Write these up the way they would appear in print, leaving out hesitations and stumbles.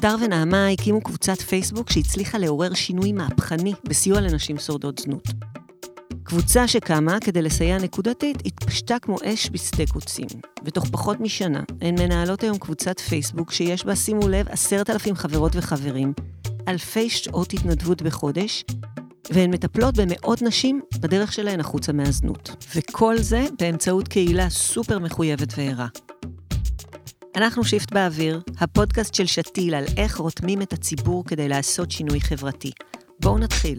אסתר ונעמה הקימו קבוצת פייסבוק שהצליחה לעורר שינוי מהפכני בסיוע לנשים שורדות זנות. קבוצה שקמה כדי לסייע נקודתית התפשטה כמו אש בשדה קוצים, ותוך פחות משנה הן מנהלות היום קבוצת פייסבוק שיש בה, שימו לב, 10,000 חברות וחברים, אלפי שעות התנדבות בחודש, והן מטפלות במאות נשים בדרך שלהן החוצה מהזנות. וכל זה באמצעות קהילה סופר מחויבת וערה. אנחנו שיפט באוויר, הפודקאסט של שתיל על איך רותמים את הציבור כדי לעשות שינוי חברתי. בואו נתחיל.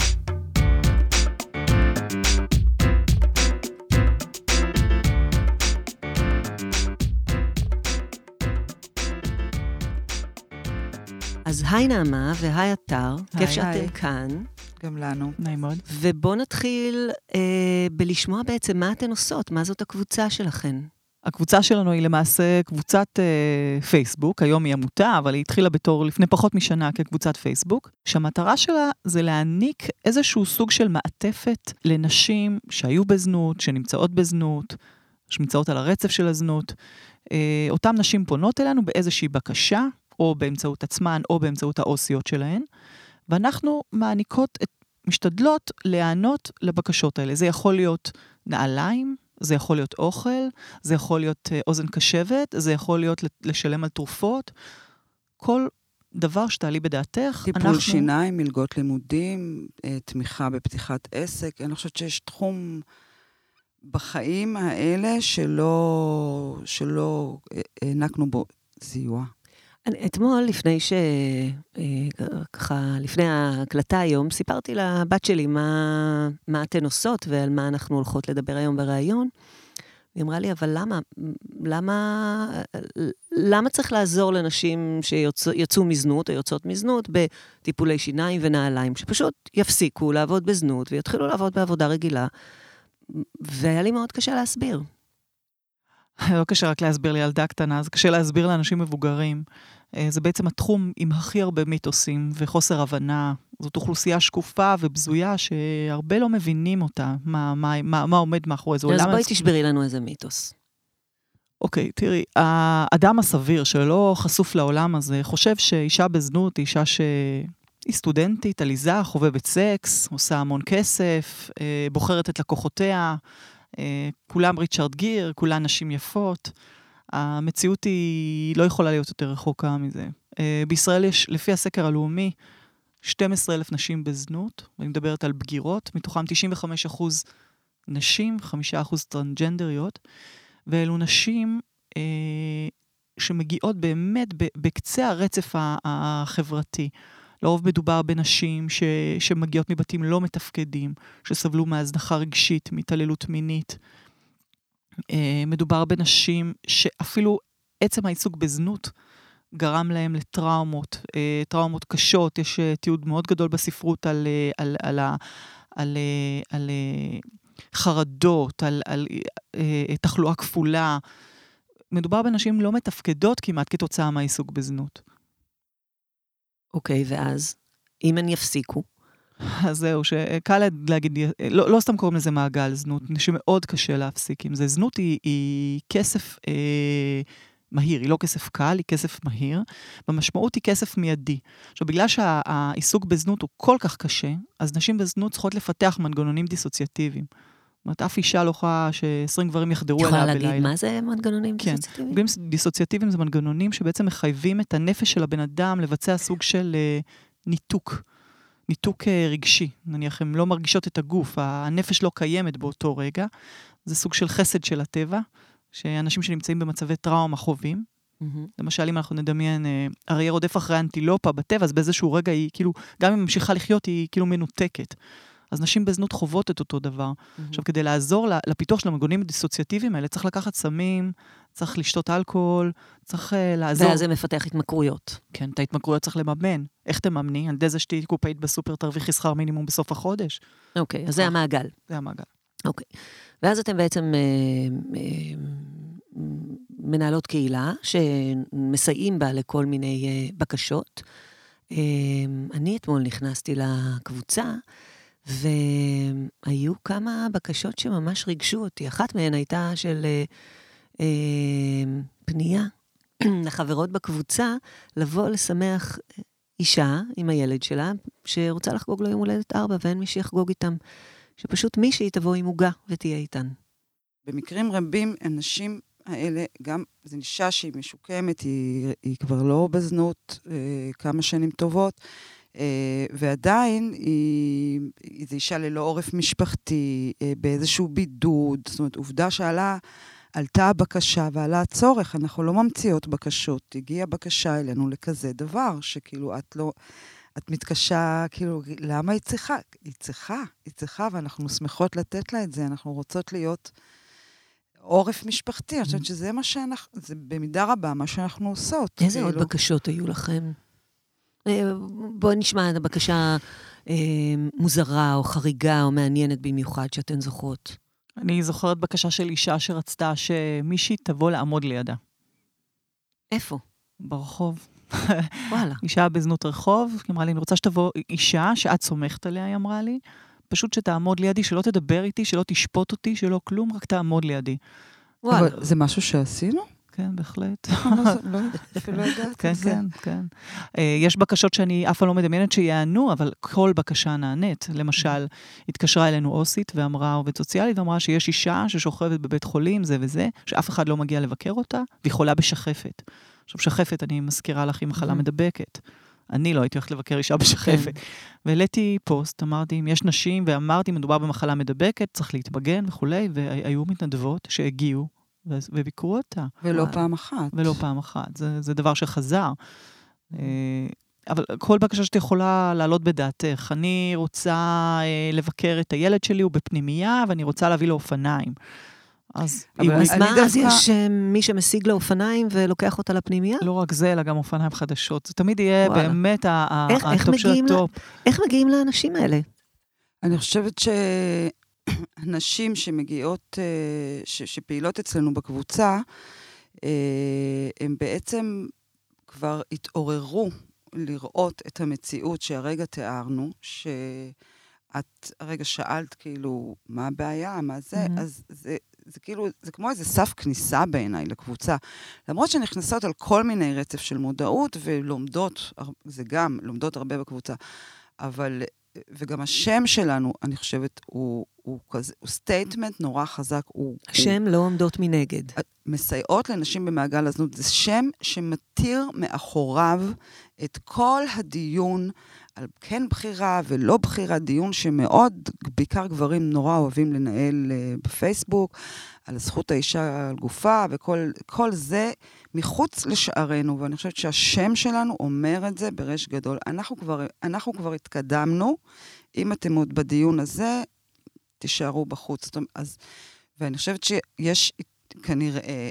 אז היי נעמה והי אתר, כיף שאתם כאן. גם לנו. נעים מאוד. ובואו נתחיל בלשמוע בעצם מה אתן עושות, מה זאת הקבוצה שלכן. הקבוצה שלנו היא למעשה קבוצת פייסבוק, היום היא עמותה, אבל היא התחילה בתור לפני פחות משנה כקבוצת פייסבוק, שהמטרה שלה זה להעניק איזשהו סוג של מעטפת לנשים שהיו בזנות, שנמצאות בזנות, שנמצאות על הרצף של הזנות. אותם נשים פונות אלינו באיזושהי בקשה, או באמצעות עצמן, או באמצעות האוסיות שלהן, ואנחנו משתדלות להיענות לבקשות האלה. זה יכול להיות נעליים, זה יכול להיות אוכל, זה יכול להיות אוזן קשבת, זה יכול להיות לשלם על תרופות, כל דבר שתעלי בדעתך. טיפול שיניים, מלגות לימודים, תמיכה בפתיחת עסק. אני חושבת שיש תחום בחיים האלה שלא הענקנו בו סיוע. אתמול, לפני ההקלטה היום, סיפרתי לבת שלי מה אתן עושות ועל מה אנחנו הולכות לדבר היום בראיון. היא אמרה לי, אבל למה צריך לעזור לנשים שיצאו מזנות או יוצאות מזנות בטיפולי שיניים ונעליים, שפשוט יפסיקו לעבוד בזנות ויתחילו לעבוד בעבודה רגילה, והיה לי מאוד קשה להסביר. לא קשה רק להסביר לילדה קטנה, זה קשה להסביר לאנשים מבוגרים. זה בעצם התחום עם הכי הרבה מיתוסים וחוסר הבנה. זאת אוכלוסייה שקופה ובזויה שהרבה לא מבינים אותה, מה עומד מאחורי זה. אז בואי תשברי לנו איזה מיתוס. אוקיי, תראי, האדם הסביר שלא חשוף לעולם הזה, חושב שאישה בזנות היא אישה שהיא סטודנטית, עליזה, חובבת סקס, עושה המון כסף, בוחרת את לקוחותיה, כולם ריצ'רד גיר, כולן נשים יפות. המציאות היא לא יכולה להיות יותר רחוקה מזה. בישראל יש, לפי הסקר הלאומי, 12,000 נשים בזנות, ואני מדברת על בגירות, מתוכם 95% נשים, 5% טרנסג'נדריות, ואלו נשים שמגיעות באמת בקצה הרצף החברתי. לרוב מדובר בנשים שמגיעות מבתים לא מתפקדים, שסבלו מהזנחה רגשית, מתעללות מינית. מדובר בנשים שאפילו עצם העיסוק בזנות גרם להם לטראומות, טראומות קשות. יש תיעוד מאוד גדול בספרות על חרדות, על תחלואה כפולה. מדובר בנשים לא מתפקדות כמעט כתוצאה מהעיסוק בזנות. אוקיי, ואז, אם הן יפסיקו? אז זהו, שקל להגיד, לא סתם קוראים לזה מעגל זנות, שמאוד קשה להפסיק עם זה. זנות היא כסף מהיר, היא לא כסף קל, היא כסף מהיר, במשמעות היא כסף מיידי. עכשיו, בגלל שהעיסוק בזנות הוא כל כך קשה, אז נשים בזנות צריכות לפתח מנגנונים דיסוציאטיביים. זאת אומרת, אף אישה לא יכולה ש20 גברים יחדרו אליה בלילה. יכולה להגיד מה זה מנגנונים דיסוציאטיביים? מנגנונים דיסוציאטיביים זה מנגנונים שבעצם מחייבים את הנפש של הבן אדם לבצע סוג של ניתוק רגשי. נניח, הם לא מרגישות את הגוף, הנפש לא קיימת באותו רגע. זה סוג של חסד של הטבע, שאנשים שנמצאים במצבי טראומה חווים. למשל, אם אנחנו נדמיין, אריה רודף אחרי אנטילופה בטבע, אז באיזשהו רגע היא כאילו, גם אם היא ממשיכה לחיות, היא כאילו מנותקת. אז נשים בזנות חוות את אותו דבר. עכשיו, כדי לעזור לפיתוח של המנגנונים הדיסוציאטיביים האלה, צריך לקחת סמים, צריך לשתות אלכוהול, צריך לעזור. ואז זה מפתח התמכרויות. כן, את ההתמכרויות צריך לממן. איך תממני? על ידי זה שתהיי קופאית בסופר, תרוויחי שכר מינימום בסוף החודש. אוקיי, אז זה המעגל. זה המעגל. אוקיי. ואז אתם בעצם מנהלות קהילה, שמסייעים בה לכל מיני בקשות. אני אתמול נכנסתי לקבוצה, והיו כמה בקשות שממש ריגשו אותי. אחת מהן הייתה של פנייה לחברות בקבוצה לבוא לשמח אישה עם הילד שלה, שרוצה לחגוג לו יום הולדת 4, ואין מי שיחגוג איתם. שפשוט מישהי תבוא עם עוגה ותהיה איתן. במקרים רבים, אנשים האלה, גם זו אישה שהיא משוקמת, היא כבר לא בזנות כמה שנים טובות, ועדיין זו אישה ללא עורף משפחתי, באיזשהו בידוד, זאת אומרת, עובדה עלתה הבקשה ועלה הצורך, אנחנו לא ממציאות בקשות, הגיעה בקשה אלינו לכזה דבר, שכאילו את מתקשה, כאילו, למה היא צריכה? היא צריכה, ואנחנו שמחות לתת לה את זה, אנחנו רוצות להיות עורף משפחתי, אני חושבת שזה מה שאנחנו, זה במידה רבה מה שאנחנו עושות. איזה עוד בקשות היו לכם? בואו נשמע את הבקשה מוזרה או חריגה או מעניינת במיוחד שאתן זוכרות. אני זוכרת בקשה של אישה שרצתה שמישהי תבוא לעמוד לידה. איפה? ברחוב. וואלה. אישה בזנות רחוב, היא אמרה לי, אני רוצה שתבוא אישה שאת סומכת עליה, היא אמרה לי, פשוט שתעמוד לידי, שלא תדבר איתי, שלא תשפוט אותי, שלא כלום, רק תעמוד לידי. וואלה. אבל זה משהו שעשינו? כן, בהחלט. לא יודעת. כן, כן, כן. יש בקשות שאני אף פעם לא מדמיינת שיענו, אבל כל בקשה נענית. למשל, התקשרה אלינו אוסית ואמרה, עובדת סוציאלית, ואמרה שיש אישה ששוכבת בבית חולים, זה וזה, שאף אחד לא מגיע לבקר אותה, והיא חולה בשחפת. עכשיו, שחפת, אני מזכירה לך, היא מחלה מדבקת. אני לא הייתי הולכת לבקר אישה בשחפת. והעליתי פוסט, אמרתי, אם יש נשים, ואמרתי, מדובר במחלה מדבקת, צריך להתבגן וכולי, והיו מתנדבות שהגיעו, וביקרו אותה. ולא פעם אחת. ולא פעם אחת. זה דבר שחזר. אבל כל בקשה שאת יכולה לעלות בדעתך. אני רוצה לבקר את הילד שלי, הוא בפנימייה, ואני רוצה להביא לו אופניים. אז יש מי שמשיג לאופניים ולוקח אותה לפנימייה? לא רק זה, אלא גם אופניים חדשות. זה תמיד יהיה באמת הטופ של הטופ. איך מגיעים לאנשים האלה? אני חושבת נשים שמגיעות, שפעילות אצלנו בקבוצה, הם בעצם כבר התעוררו לראות את המציאות שהרגע תיארנו, שאת הרגע שאלת כאילו, מה הבעיה, מה זה, אז זה כאילו, זה כמו איזה סף כניסה בעיניי לקבוצה. למרות שנכנסות על כל מיני רצף של מודעות, ולומדות, זה גם, לומדות הרבה בקבוצה, אבל וגם השם שלנו, אני חושבת, הוא סטייטמנט נורא חזק. השם לא עומדות מנגד. מסייעות לנשים במעגל הזנות. זה שם שמתיר מאחוריו את כל הדיון על כן בחירה ולא בחירה, דיון שמאוד, בעיקר גברים נורא אוהבים לנהל בפייסבוק, על זכות האישה על גופה, וכל זה מחוץ לשערנו, ואני חושבת שהשם שלנו אומר את זה בריש גדול. אנחנו כבר התקדמנו, אם אתם עוד בדיון הזה, תישארו בחוץ. ואני חושבת שיש כנראה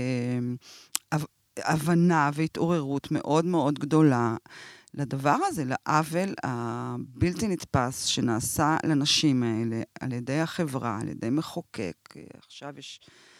הבנה והתעוררות מאוד מאוד גדולה, לדבר הזה, לעוול הבלתי נתפס שנעשה לנשים האלה, על ידי החברה, על ידי מחוקק. עכשיו יש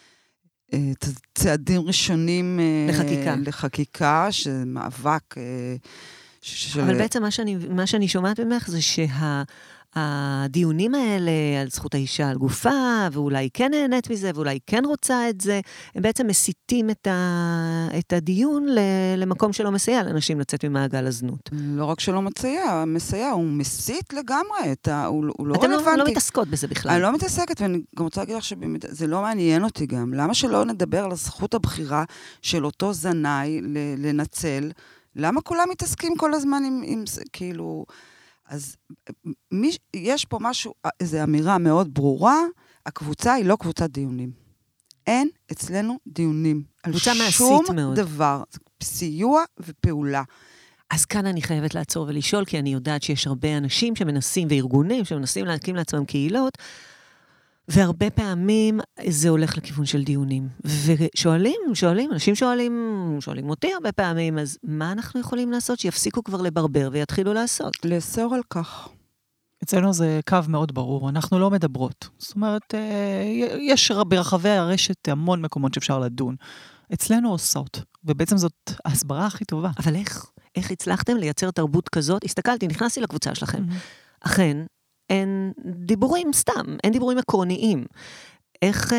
צעדים ראשונים לחקיקה, שמאבק אבל בעצם מה שאני שומעת ממך זה הדיונים האלה על זכות האישה על גופה, ואולי כן נהנית מזה, ואולי כן רוצה את זה, הם בעצם מסיתים את הדיון למקום שלא מסייע לאנשים לצאת ממעגל הזנות. לא רק שלא מסייע, הוא מסית לגמרי, הוא לא רלוונטי. אתם לא מתעסקות בזה בכלל. אני לא מתעסקת, ואני גם רוצה להגיד לך שזה לא מעניין אותי גם. למה שלא נדבר על הזכות הבחירה של אותו זנאי לנצל? למה כולם מתעסקים כל הזמן עם כאילו... אז יש פה משהו, איזו אמירה מאוד ברורה, הקבוצה היא לא קבוצת דיונים. אין אצלנו דיונים. קבוצה מעשית מאוד. על שום דבר. סיוע ופעולה. אז כאן אני חייבת לעצור ולשאול, כי אני יודעת שיש הרבה אנשים שמנסים, וארגונים שמנסים להקים לעצמם קהילות, והרבה פעמים זה הולך לכיוון של דיונים. אנשים שואלים אותי הרבה פעמים, אז מה אנחנו יכולים לעשות? שיפסיקו כבר לברבר ויתחילו לעשות. לאסור על כך. אצלנו זה קו מאוד ברור, אנחנו לא מדברות. זאת אומרת, יש ברחבי הרשת המון מקומות שאפשר לדון. אצלנו עושות, ובעצם זאת ההסברה הכי טובה. אבל איך הצלחתם לייצר תרבות כזאת? הסתכלתי, נכנסתי לקבוצה שלכם. אכן, אין דיבורים סתם, אין דיבורים עקרוניים. איך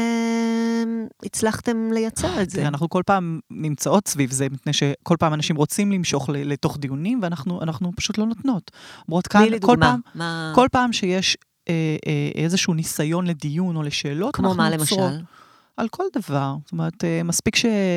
הצלחתם לייצר את זה? אנחנו כל פעם נמצאות סביב זה, מפני שכל פעם אנשים רוצים למשוך לתוך דיונים, ואנחנו פשוט לא נותנות. אומרות כאן, כל פעם שיש איזשהו ניסיון לדיון או לשאלות, כמו מה למשל? על כל דבר. זאת אומרת, מספיק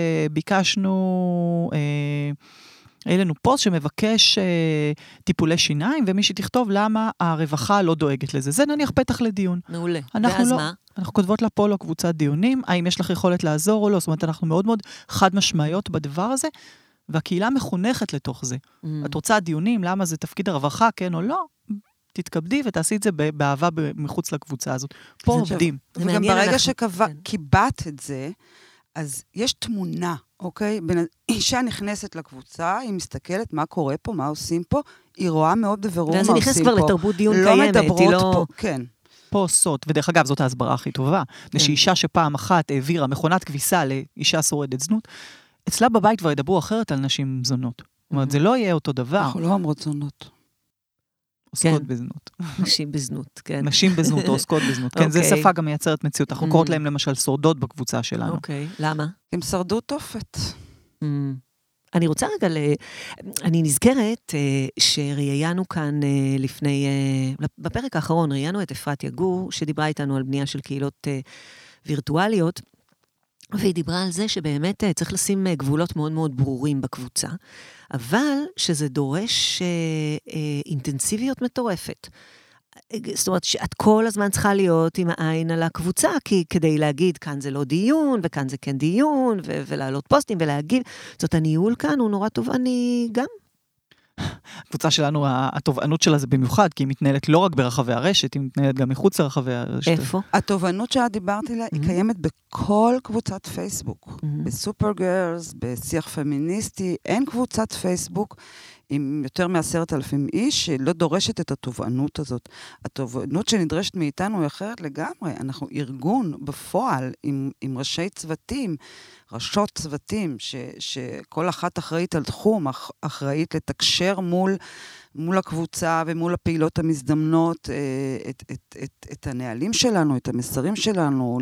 שביקשנו, היה לנו פוסט שמבקש טיפולי שיניים, ומי שתכתוב למה הרווחה לא דואגת לזה. זה נניח פתח לדיון. מעולה. ואז מה? אנחנו כותבות לפולו קבוצת דיונים, האם יש לך יכולת לעזור או לא, זאת אומרת, אנחנו מאוד מאוד חד משמעיות בדבר הזה, והקהילה מחונכת לתוך זה. את רוצה דיונים, למה זה תפקיד הרווחה, כן או לא? תתכבדי ותעשי את זה באהבה מחוץ לקבוצה הזאת. פה עובדים. וגם ברגע שקיבעת את זה, אז יש תמונה, אוקיי? אישה נכנסת לקבוצה, היא מסתכלת מה קורה פה, מה עושים פה, היא רואה מאוד בבירור מה עושים פה. ואז היא נכנסת כבר לתרבות דיון קיימת, לא מדברות פה, כן. פה עושות, ודרך אגב, זאת ההסברה הכי טובה, שאישה שפעם אחת העבירה מכונת כביסה לאישה שורדת זנות, אצלה בבית כבר ידברו אחרת על נשים זונות. זאת אומרת, זה לא יהיה אותו דבר. אנחנו לא אומרות זונות. עוסקות בזנות. נשים בזנות, כן. נשים בזנות או עוסקות בזנות. כן, זה שפה גם מייצרת מציאות. אנחנו קוראות להם למשל שורדות בקבוצה שלנו. אוקיי, למה? הם שרדו תופת. אני רוצה רגע, אני נזכרת שראיינו כאן לפני, בפרק האחרון, ראיינו את אפרת יגור, שדיברה איתנו על בנייה של קהילות וירטואליות, והיא דיברה על זה שבאמת צריך לשים גבולות מאוד מאוד ברורים בקבוצה, אבל שזה דורש אינטנסיביות מטורפת. זאת אומרת שאת כל הזמן צריכה להיות עם העין על הקבוצה, כי כדי להגיד כאן זה לא דיון, וכאן זה כן דיון, ולהעלות פוסטים ולהגיב. זאת הניהול כאן הוא נורא תובעני גם. הקבוצה שלנו, התובענות שלה זה במיוחד, כי היא מתנהלת לא רק ברחבי הרשת, היא מתנהלת גם מחוץ לרחבי הרשת. איפה? התובענות שאת דיברתי עליה, היא קיימת בכל קבוצת פייסבוק. בסופר גרלס, בשיח פמיניסטי, אין קבוצת פייסבוק עם יותר מ10,000 איש, שלא דורשת את התובענות הזאת. התובענות שנדרשת מאיתנו היא אחרת לגמרי. אנחנו ארגון בפועל עם ראשי צוותים, ראשות צוותים, שכל אחת אחראית על תחום, אחראית לתקשר מול הקבוצה ומול הפעילות המזדמנות, את הנהלים שלנו, את המסרים שלנו,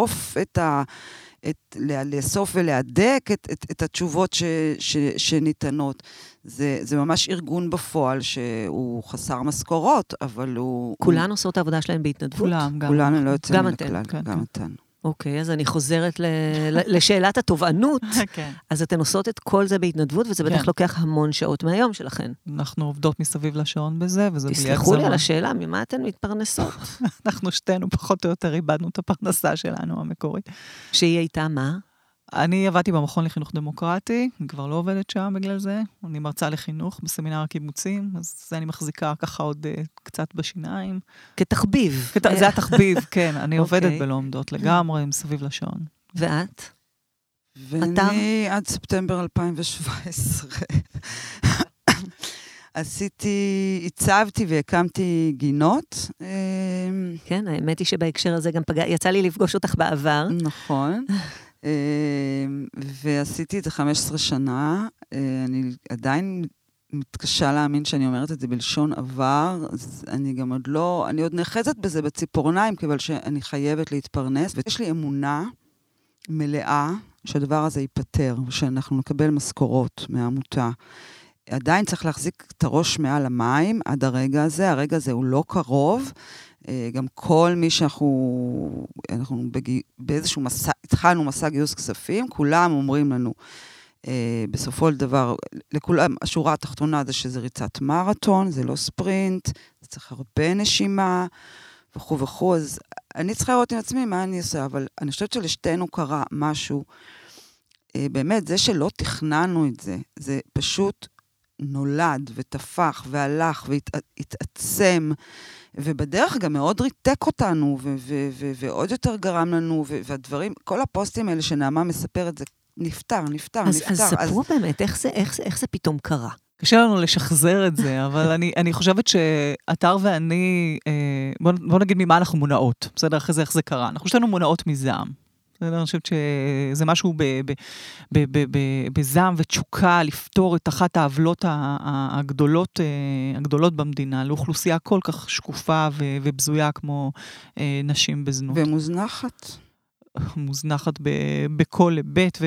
לאסוף ולהדק את התשובות שניתנות. זה ממש ארגון בפועל שהוא חסר משכורות, אבל הוא... כולן עושות את העבודה שלהם בהתנדבות? כולן לא יוצאים מן הכלל, גם אתן. אוקיי, אז אני חוזרת לשאלת התובענות. אז אתן עושות את כל זה בהתנדבות, וזה בטח לוקח המון שעות מהיום שלכן. אנחנו עובדות מסביב לשעון בזה, וזה בלי הגזמה. תסלחו לי על השאלה, ממה אתן מתפרנסות? אנחנו שתינו פחות או יותר איבדנו את הפרנסה שלנו המקורית. שהיא הייתה מה? אני עבדתי במכון לחינוך דמוקרטי, אני כבר לא עובדת שם בגלל זה, אני מרצה לחינוך בסמינר הקיבוצים, אז זה אני מחזיקה ככה עוד קצת בשיניים. כתחביב. זה התחביב, כן, אני עובדת בלא עומדות לגמרי, מסביב לשעון. ואת? ואני עד ספטמבר 2017 הצבתי והקמתי גינות. כן, האמת היא שבהקשר הזה גם יצא לי לפגוש אותך בעבר. נכון. ועשיתי את זה 15 שנה, אני עדיין מתקשה להאמין שאני אומרת את זה בלשון עבר, אז אני גם עוד לא, אני עוד נחזת בזה בציפורניים, כיוון שאני חייבת להתפרנס, ויש לי אמונה מלאה שהדבר הזה ייפטר, שאנחנו נקבל משכורות מהעמותה. עדיין צריך להחזיק את הראש מעל המים עד הרגע הזה הוא לא קרוב, גם כל מי אנחנו באיזשהו מסע, התחלנו מסע גיוס כספים, כולם אומרים לנו, בסופו של דבר, לכולם, השורה התחתונה זה שזה ריצת מרתון, זה לא ספרינט, זה צריך הרבה נשימה, וכו'. אז אני צריכה לראות עם עצמי מה אני עושה, אבל אני חושבת שלשתינו קרה משהו, באמת, זה שלא תכננו את זה, זה פשוט נולד ותפח והלך והתעצם, ובדרך גם מאוד ריתק אותנו, ועוד יותר גרם לנו, והדברים, כל הפוסטים האלה שנעמה מספרת, זה נפטר. אז ספרו באמת, איך זה פתאום קרה? קשה לנו לשחזר את זה, אבל אני חושבת שאתר ואני, בוא נגיד ממה אנחנו מונעות, בסדר, אחרי זה איך זה קרה. אנחנו שתינו מונעות מזעם. אני חושבת שזה משהו בזעם ותשוקה לפתור את אחת העוולות הגדולות במדינה, לאוכלוסייה כל כך שקופה ובזויה כמו נשים בזנות. ומוזנחת. מוזנחת בכל היבט,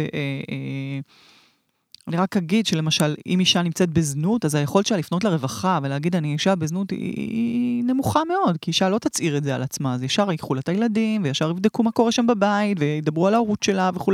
אני רק אגיד שלמשל, אם אישה נמצאת בזנות, אז היכולת שלה לפנות לרווחה ולהגיד, אני אישה בזנות, היא נמוכה מאוד, כי אישה לא תצעיר את זה על עצמה, אז ישר ייקחו לה את הילדים, וישר יבדקו מה קורה שם בבית, וידברו על ההורות שלה וכו'.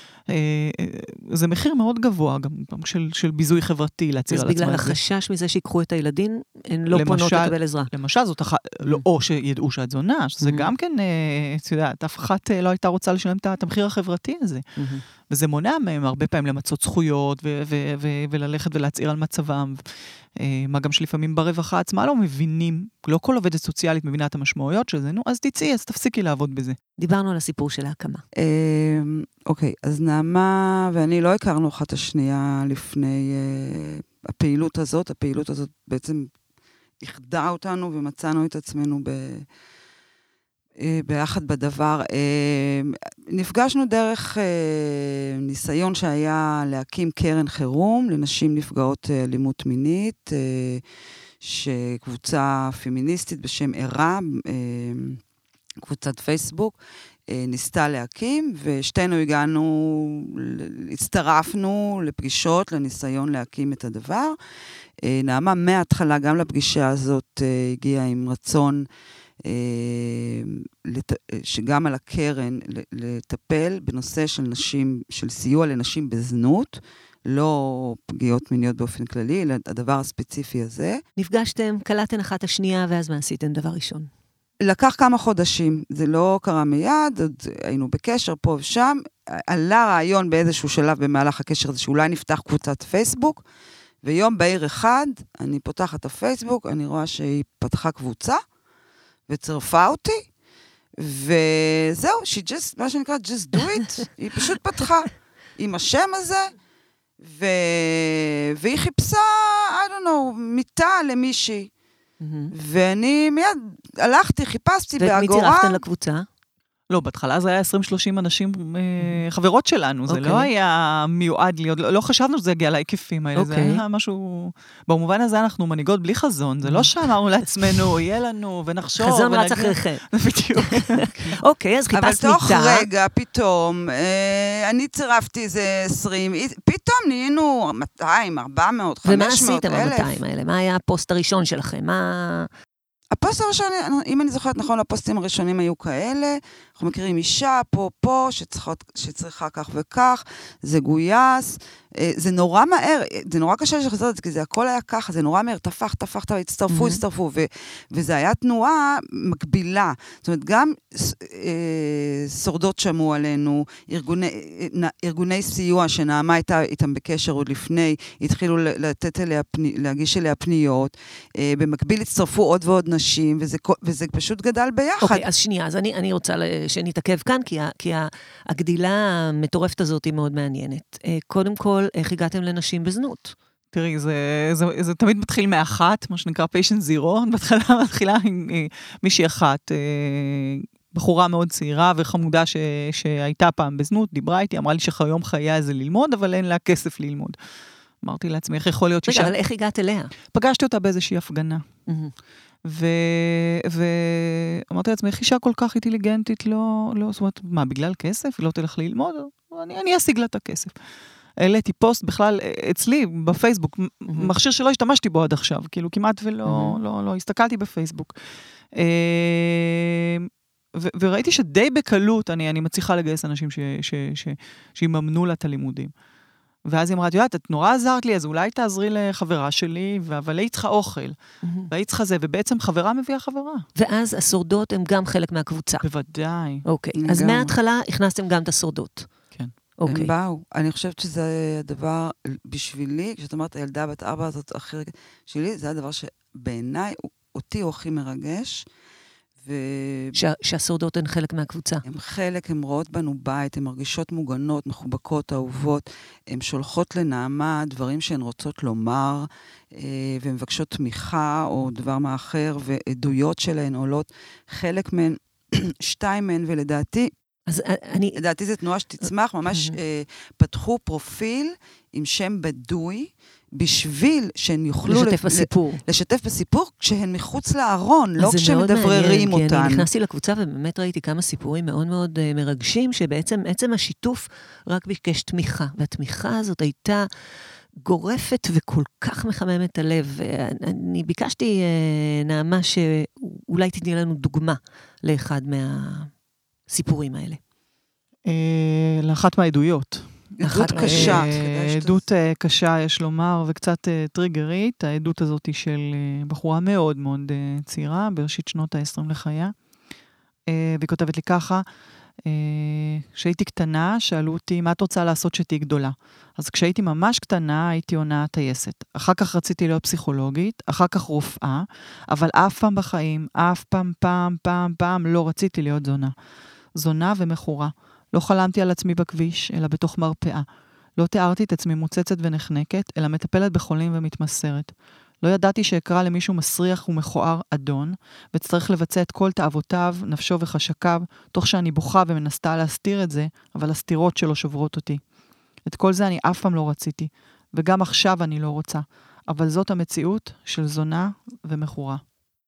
זה מחיר מאוד גבוה, גם של ביזוי חברתי להצעיר על עצמה. אז בגלל החשש מזה שיקחו את הילדים, הן לא פונות לקבל עזרה. למשל, או שידעו שאת זונה, שזה גם כן, את יודעת, אף אחת לא הייתה רוצה לשלם את המחיר החברתי הזה. וזה מונע מהם הרבה פעמים למצות זכויות, וללכת ולהצעיר על מצבם. מה גם שלפעמים ברווחה עצמה לא מבינים, לא כל עובדת סוציאלית מבינה את המשמעויות של זה, נו, אז תצאי, אז תפסיקי לעבוד בזה. דיברנו על הסיפור של ההקמה. אוקיי, אז נעמה ואני לא הכרנו אחת השנייה לפני הפעילות הזאת. הפעילות הזאת בעצם הכדה אותנו ומצאנו את עצמנו ביחד בדבר. נפגשנו דרך ניסיון שהיה להקים קרן חירום לנשים נפגעות אלימות מינית, שקבוצה פמיניסטית בשם ערה, קבוצת פייסבוק, ניסתה להקים, ושתינו הצטרפנו לפגישות, לניסיון להקים את הדבר. נעמה מההתחלה, גם לפגישה הזאת, הגיעה עם רצון שגם על הקרן לטפל בנושא של נשים, של סיוע לנשים בזנות, לא פגיעות מיניות באופן כללי, אלא הדבר הספציפי הזה. נפגשתם, קלטתם אחת השנייה, ואז מה עשיתם דבר ראשון? לקח כמה חודשים, זה לא קרה מיד, עוד היינו בקשר פה ושם, עלה רעיון באיזשהו שלב במהלך הקשר הזה, שאולי נפתח קבוצת פייסבוק, ויום בהיר אחד, אני פותחת את הפייסבוק, אני רואה שהיא פתחה קבוצה, וצרפה אותי, וזהו, מה שנקרא, just do it, היא פשוט פתחה עם השם הזה, והיא חיפשה, I don't know, מיטה למישהי, ואני מיד הלכתי, חיפשתי באגורה. ומי צירפתם לקבוצה? לא, בהתחלה זה היה 20-30 אנשים חברות שלנו, זה לא היה מיועד להיות, לא חשבנו שזה יגיע להיקפים האלה, זה היה משהו, במובן הזה אנחנו מנהיגות בלי חזון, זה לא שאמרנו לעצמנו, יהיה לנו, ונחשוב. חזון רץ אחריכם. בדיוק. אוקיי, אז חיפשת מיטה. אבל תוך רגע, פתאום, אני צירפתי איזה 20, פתאום נהיינו 200, 400, 500 אלף. ומה עשיתם ה-200 האלה? מה היה הפוסט הראשון שלכם? מה... הפוסט הראשון, אם אני זוכרת נכון, הפוסטים הראשונים היו כאלה, אנחנו מכירים אישה פה, שצריכה כך וכך, זה גויס, זה נורא מהר, זה נורא קשה לשחזר את זה, כי זה הכל היה ככה, זה נורא מהר, טפח, הצטרפו, וזה היה תנועה מקבילה, זאת אומרת, גם שורדות שמעו עלינו, ארגוני סיוע שנעמה הייתה איתם בקשר עוד לפני, התחילו להגיש אליה פניות, במקביל הצטרפו עוד ועוד נשים, וזה פשוט גדל ביחד. אוקיי, אז שנייה, אז אני רוצה שנתעכב כאן, כי הגדילה המטורפת הזאת היא מאוד מעניינת. קודם כל, איך הגעתם לנשים בזנות? תראי, זה תמיד מתחיל מאחת, מה שנקרא patient zero, בהתחלה מתחילה עם מישהי אחת, בחורה מאוד צעירה וחמודה שהייתה פעם בזנות, דיברה איתי, אמרה לי שחיום חייה זה ללמוד, אבל אין לה כסף ללמוד. אמרתי לעצמי, איך יכול להיות רגע, אבל איך הגעת אליה? פגשתי אותה באיזושהי הפגנה. ואמרתי לעצמי, איך אישה כל כך אינטליגנטית, לא, זאת אומרת, מה, בגלל כסף? היא לא תלך ללמוד? אני אשיג לה את הכסף. העליתי פוסט בכלל אצלי בפייסבוק, מכשיר שלא השתמשתי בו עד עכשיו, כאילו כמעט ולא הסתכלתי בפייסבוק. וראיתי שדי בקלות אני מצליחה לגייס אנשים שיממנו לה את הלימודים. ואז היא אמרה, את נורא עזרת לי, אז אולי תעזרי לחברה שלי, אבל היא צריכה אוכל, והיא צריכה זה, ובעצם חברה מביאה חברה. ואז השורדות הן גם חלק מהקבוצה. בוודאי. אוקיי, אז מההתחלה הכנסתם גם את השורדות. כן. אוקיי. הם באו. אני חושבת שזה הדבר בשבילי, כשאת אומרת, הילדה בת 4 הזאת אחרי שלי, זה הדבר שבעיניי, אותי הוא הכי מרגש, שהשורדות הן חלק מהקבוצה. הן חלק, הן רואות בנו בית, הן מרגישות מוגנות, מחובקות, אהובות, הן שולחות לנעמה דברים שהן רוצות לומר, והן מבקשות תמיכה או דבר מה אחר, ועדויות שלהן עולות, חלק מהן, 2 מהן, ולדעתי, לדעתי זו תנועה שתצמח, ממש פתחו פרופיל עם שם בדוי, בשביל שהן יוכלו לשתף בסיפור, כשהן מחוץ לארון, לא כשמדבררים אותן. כי אני נכנסתי לקבוצה ובאמת ראיתי כמה סיפורים מאוד מאוד מרגשים, שבעצם עצם השיתוף רק ביקש תמיכה, והתמיכה הזאת הייתה גורפת וכל כך מחממת הלב. אני ביקשתי, נעמה, שאולי תתני לנו דוגמה לאחד מהסיפורים האלה. לאחת מהעדויות. עדות קשה. עדות קשה, יש לומר, וקצת טריגרית. העדות הזאת היא של בחורה מאוד מאוד צעירה, בראשית שנות ה-20 לחייה. והיא כותבת לי ככה, כשהייתי קטנה, שאלו אותי, מה את רוצה לעשות שתהי גדולה? אז כשהייתי ממש קטנה, הייתי עונה טייסת. אחר כך רציתי להיות פסיכולוגית, אחר כך רופאה, אבל אף פעם בחיים, אף פעם לא רציתי להיות זונה. זונה ומכורה. לא חלמתי על עצמי בכביש, אלא בתוך מרפאה. לא תיארתי את עצמי מוצצת ונחנקת, אלא מטפלת בחולים ומתמסרת. לא ידעתי שאקרא למישהו מסריח ומכוער אדון, וצריך לבצע את כל תאוותיו, נפשו וחשקיו, תוך שאני בוכה ומנסתה להסתיר את זה, אבל הסתירות שלו שוברות אותי. את כל זה אני אף פעם לא רציתי, וגם עכשיו אני לא רוצה, אבל זאת המציאות של זונה ומכורה.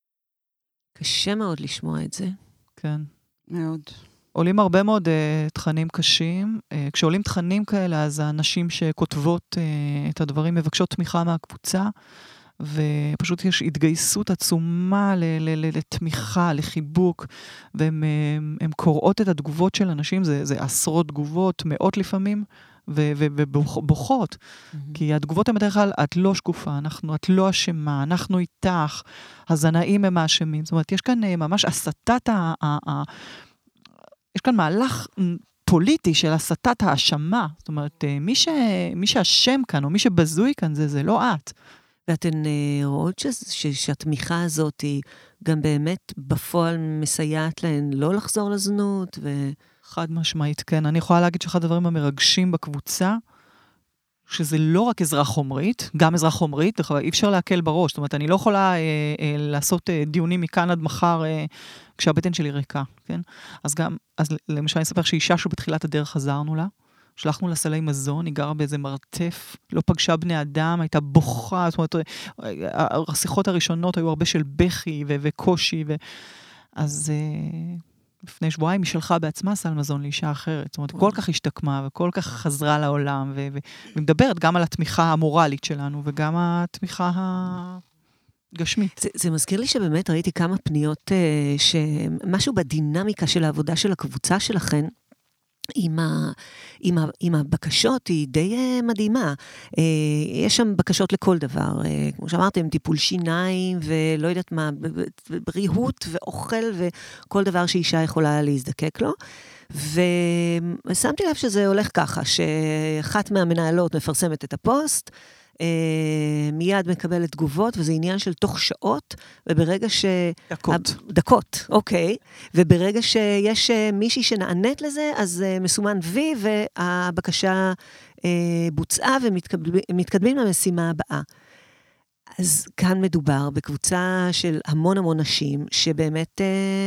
קשה מאוד לשמוע את זה. כן. מאוד. עולים הרבה מאוד תכנים קשים. כשעולים תכנים כאלה, אז האנשים שכותבות את הדברים מבקשות תמיכה מהקבוצה, ופשוט יש התגייסות עצומה לתמיכה, לחיבוק, והן קוראות את התגובות של אנשים, זה עשרות תגובות, מאות לפעמים, ובוכות, כי התגובות הן בדרך כלל, את לא שקופה, את לא אשמה, אנחנו איתך, הזנאים הם האשמים, זאת אומרת, יש כאן ממש הסתת יש כאן מהלך פוליטי של הסתת האשמה, זאת אומרת, מי שאשם כאן, או מי שבזוי כאן, זה לא את. ואתן רואות שהתמיכה הזאת היא גם באמת בפועל מסייעת להן לא לחזור לזנות? חד משמעית, כן. אני יכולה להגיד שאחד הדברים המרגשים בקבוצה, שזה לא רק עזרה חומרית, גם עזרה חומרית, אי אפשר להקל בראש. זאת אומרת, אני לא יכולה לעשות דיונים מכאן עד מחר כשהבטן שלי ריקה, כן? אז למשל אני אספר שאישה שבתחילת הדרך חזרנו לה, שלחנו לה סלי מזון, היא גרה באיזה מרתף, לא פגשה בני אדם, הייתה בוכה, זאת אומרת, השיחות הראשונות היו הרבה של בכי וקושי, אז לפני שבועיים היא שלחה בעצמה סל מזון לאישה אחרת, זאת אומרת, כל כך השתקמה וכל כך חזרה לעולם, ומדברת גם על התמיכה המורלית שלנו, וגם התמיכה הגשמית. זה מזכיר לי שבאמת ראיתי כמה פניות, שמשהו בדינמיקה של העבודה של הקבוצה שלכן, עם הבקשות היא די מדהימה. יש שם בקשות לכל דבר. כמו שאמרתם, טיפול שיניים ולא יודעת מה, בריהוט ואוכל וכל דבר שאישה יכולה להזדקק לו. ושמתי לב שזה הולך ככה, שאחת מהמנהלות מפרסמת את הפוסט, מיד מקבלת תגובות, וזה עניין של תוך שעות, וברגע דקות, אוקיי. וברגע שיש מישהי שנענית לזה, אז מסומן וי, והבקשה בוצעה, ומתקדמים למשימה הבאה. אז כאן מדובר בקבוצה של המון נשים, שבאמת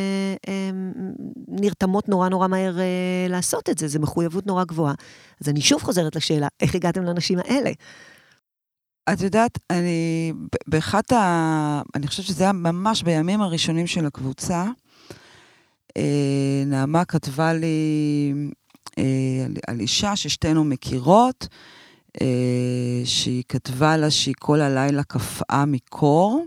נרתמות נורא מהר לעשות את זה, זה מחויבות נורא גבוהה. אז אני שוב חוזרת לשאלה, איך הגעתם לאנשים האלה? את יודעת, אני חושבת שזה היה ממש בימים הראשונים של הקבוצה, נעמה כתבה לי על אישה ששתינו מכירות, שהיא כתבה לה שהיא כל הלילה קפאה מקור,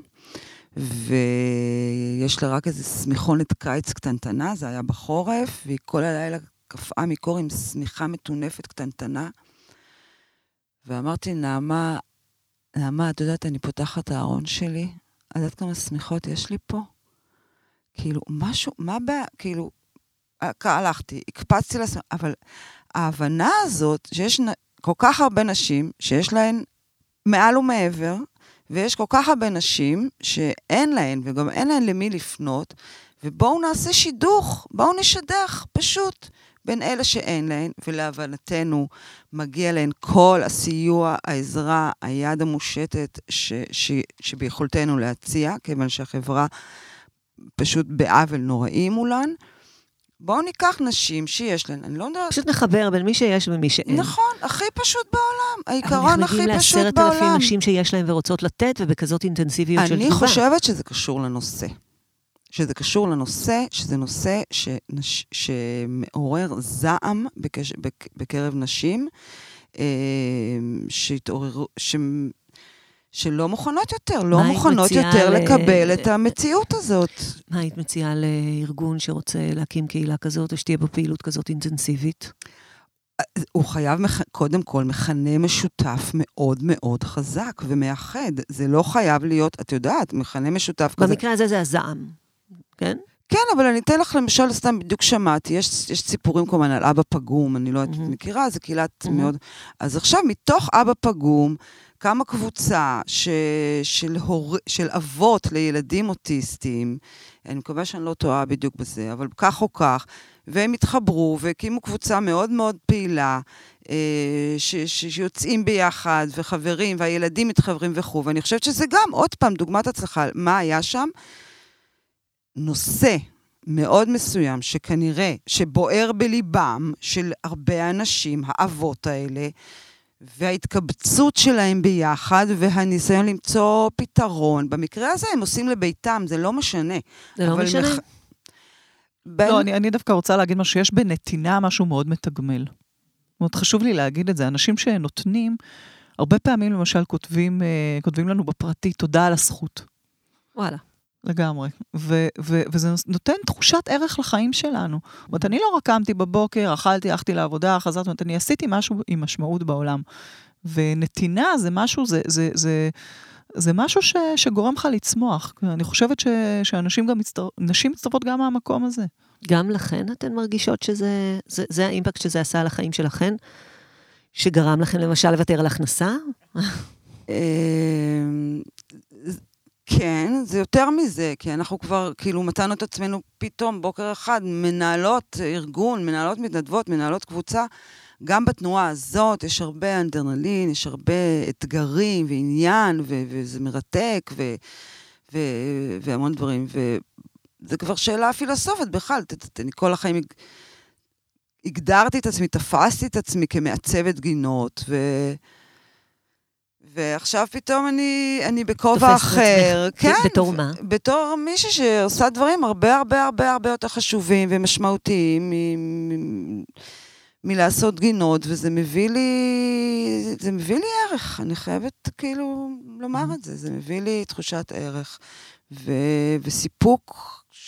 ויש לה רק איזו סמיכונת קיץ קטנטנה, זה היה בחורף, והיא כל הלילה קפאה מקור עם סמיכה מטונפת קטנטנה, ואמרתי, נעמה, את יודעת, אני פותחת הארון שלי, את יודעת כמה סמיכות יש לי פה? כאילו, משהו, מה כאילו, הלכתי, הקפצתי לסמיכות, אבל ההבנה הזאת, שיש כל כך הרבה נשים, שיש להן מעל ומעבר, ויש כל כך הרבה נשים שאין להן, וגם אין להן למי לפנות, ובואו נעשה שידוך, בואו נשדך, פשוט. בין אלה שאין להן, ולהבנתנו מגיע להן כל הסיוע, העזרה, היד המושטת שביכולתנו להציע, כיוון שהחברה פשוט בעוול נוראי מולן, בואו ניקח נשים שיש להן, אני לא יודעת. פשוט נחבר בין מי שיש ומי שאין. נכון, הכי פשוט בעולם. העיקרון הכי פשוט בעולם. אנחנו מגיעים ל10,000 נשים שיש להן ורוצות לתת, ובכזאת אינטנסיביות של תגובה. אני חושבת שזה קשור לנושא. שזה קשור לנושא, שזה נושא שמעורר זעם בקרב נשים, שהתעוררו, שלא מוכנות יותר, לא מוכנות יותר לקבל את המציאות הזאת. מה היית מציעה לארגון שרוצה להקים קהילה כזאת, או שתהיה בפעילות כזאת אינטנסיבית? הוא חייב קודם כל מכנה משותף מאוד מאוד חזק ומאחד. זה לא חייב להיות, את יודעת, מכנה משותף כזה. במקרה הזה זה הזעם, כן? כן, אבל אני אתן לך למשל, סתם בדיוק שמעתי, יש ציפורים כמובן על אבא פגום, אני לא יודעת מכירה, זה קהילת מאוד... אז עכשיו, מתוך אבא פגום, קמה קבוצה של אבות לילדים אוטיסטים, אני מקווה שאני לא טועה בדיוק בזה, אבל כך או כך, והם התחברו והקימו קבוצה מאוד מאוד פעילה, שיוצאים ביחד, וחברים, והילדים מתחברים וכו', ואני חושבת שזה גם, עוד פעם, דוגמת הצלחה, מה היה שם? נושא מאוד מסוים, שכנראה, שבוער בליבם של הרבה אנשים, האבות האלה, וההתקבצות שלהם ביחד, והניסיון למצוא פתרון. במקרה הזה הם עושים לביתם, זה לא משנה. זה לא משנה? לא, אני דווקא רוצה להגיד משהו, שיש בנתינה משהו מאוד מתגמל. מאוד חשוב לי להגיד את זה. אנשים שנותנים, הרבה פעמים למשל כותבים לנו בפרטי, תודה על הזכות. וואלה. לגמרי. וזה נותן תחושת ערך לחיים שלנו. זאת אומרת, אני לא רק קמתי בבוקר, אכלתי, הלכתי לעבודה, חזרתי, זאת אומרת, אני עשיתי משהו עם משמעות בעולם. ונתינה זה משהו, זה משהו שגורם לך לצמוח. אני חושבת שאנשים גם נשים מצטרפות גם מהמקום הזה. גם לכן אתן מרגישות שזה האימפקט שזה עשה על החיים שלכן? שגרם לכם למשל לוותר על הכנסה? כן, זה יותר מזה, כי אנחנו כבר כאילו מצאנו את עצמנו פתאום בוקר אחד, מנהלות ארגון, מנהלות מתנדבות, מנהלות קבוצה, גם בתנועה הזאת יש הרבה אנדרנלין, יש הרבה אתגרים ועניין, וזה מרתק, והמון דברים, וזה כבר שאלה פילוסופית בכלל, אני כל החיים הגדרתי את עצמי, תפסתי את עצמי כמעצבת גינות, ועכשיו פתאום אני בכובע אחר. כן. בתור מה? בתור מישהי שעושה דברים הרבה הרבה הרבה הרבה יותר חשובים ומשמעותיים מלעשות גינות, וזה מביא לי ערך. אני חייבת כאילו לומר את זה. זה מביא לי תחושת ערך וסיפוק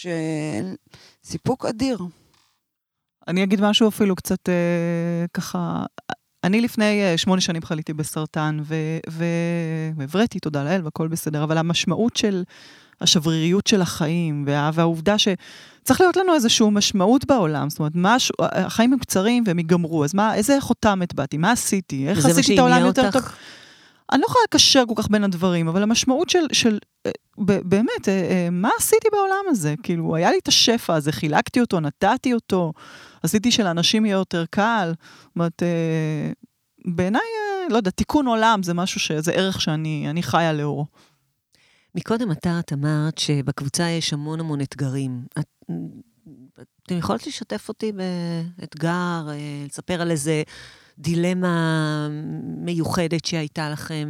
סיפוק אדיר. אני אגיד משהו אפילו קצת ככה... אני לפני 8 שנים חליתי בסרטן, והבראתי, תודה לאל, והכל בסדר, אבל המשמעות של השבריריות של החיים, והעובדה שצריך להיות לנו איזושהי משמעות בעולם, זאת אומרת, החיים הם קצרים והם ייגמרו, אז איזה חותמת באתי, מה עשיתי, איך עשיתי את העולם יותר טוב? אני לא יכולה לקשר כל כך בין הדברים, אבל המשמעות של באמת, מה עשיתי בעולם הזה? כאילו, היה לי את השפע הזה, חילקתי אותו, נתתי אותו, עשיתי שלאנשים יהיה יותר קל. זאת אומרת, בעיניי, לא יודע, תיקון עולם זה משהו זה ערך שאני חיה לאורו. מקודם את אמרת שבקבוצה יש המון אתגרים. אתם יכולות לשתף אותי באתגר, לספר על איזה דילמה מיוחדת שהייתה לכם?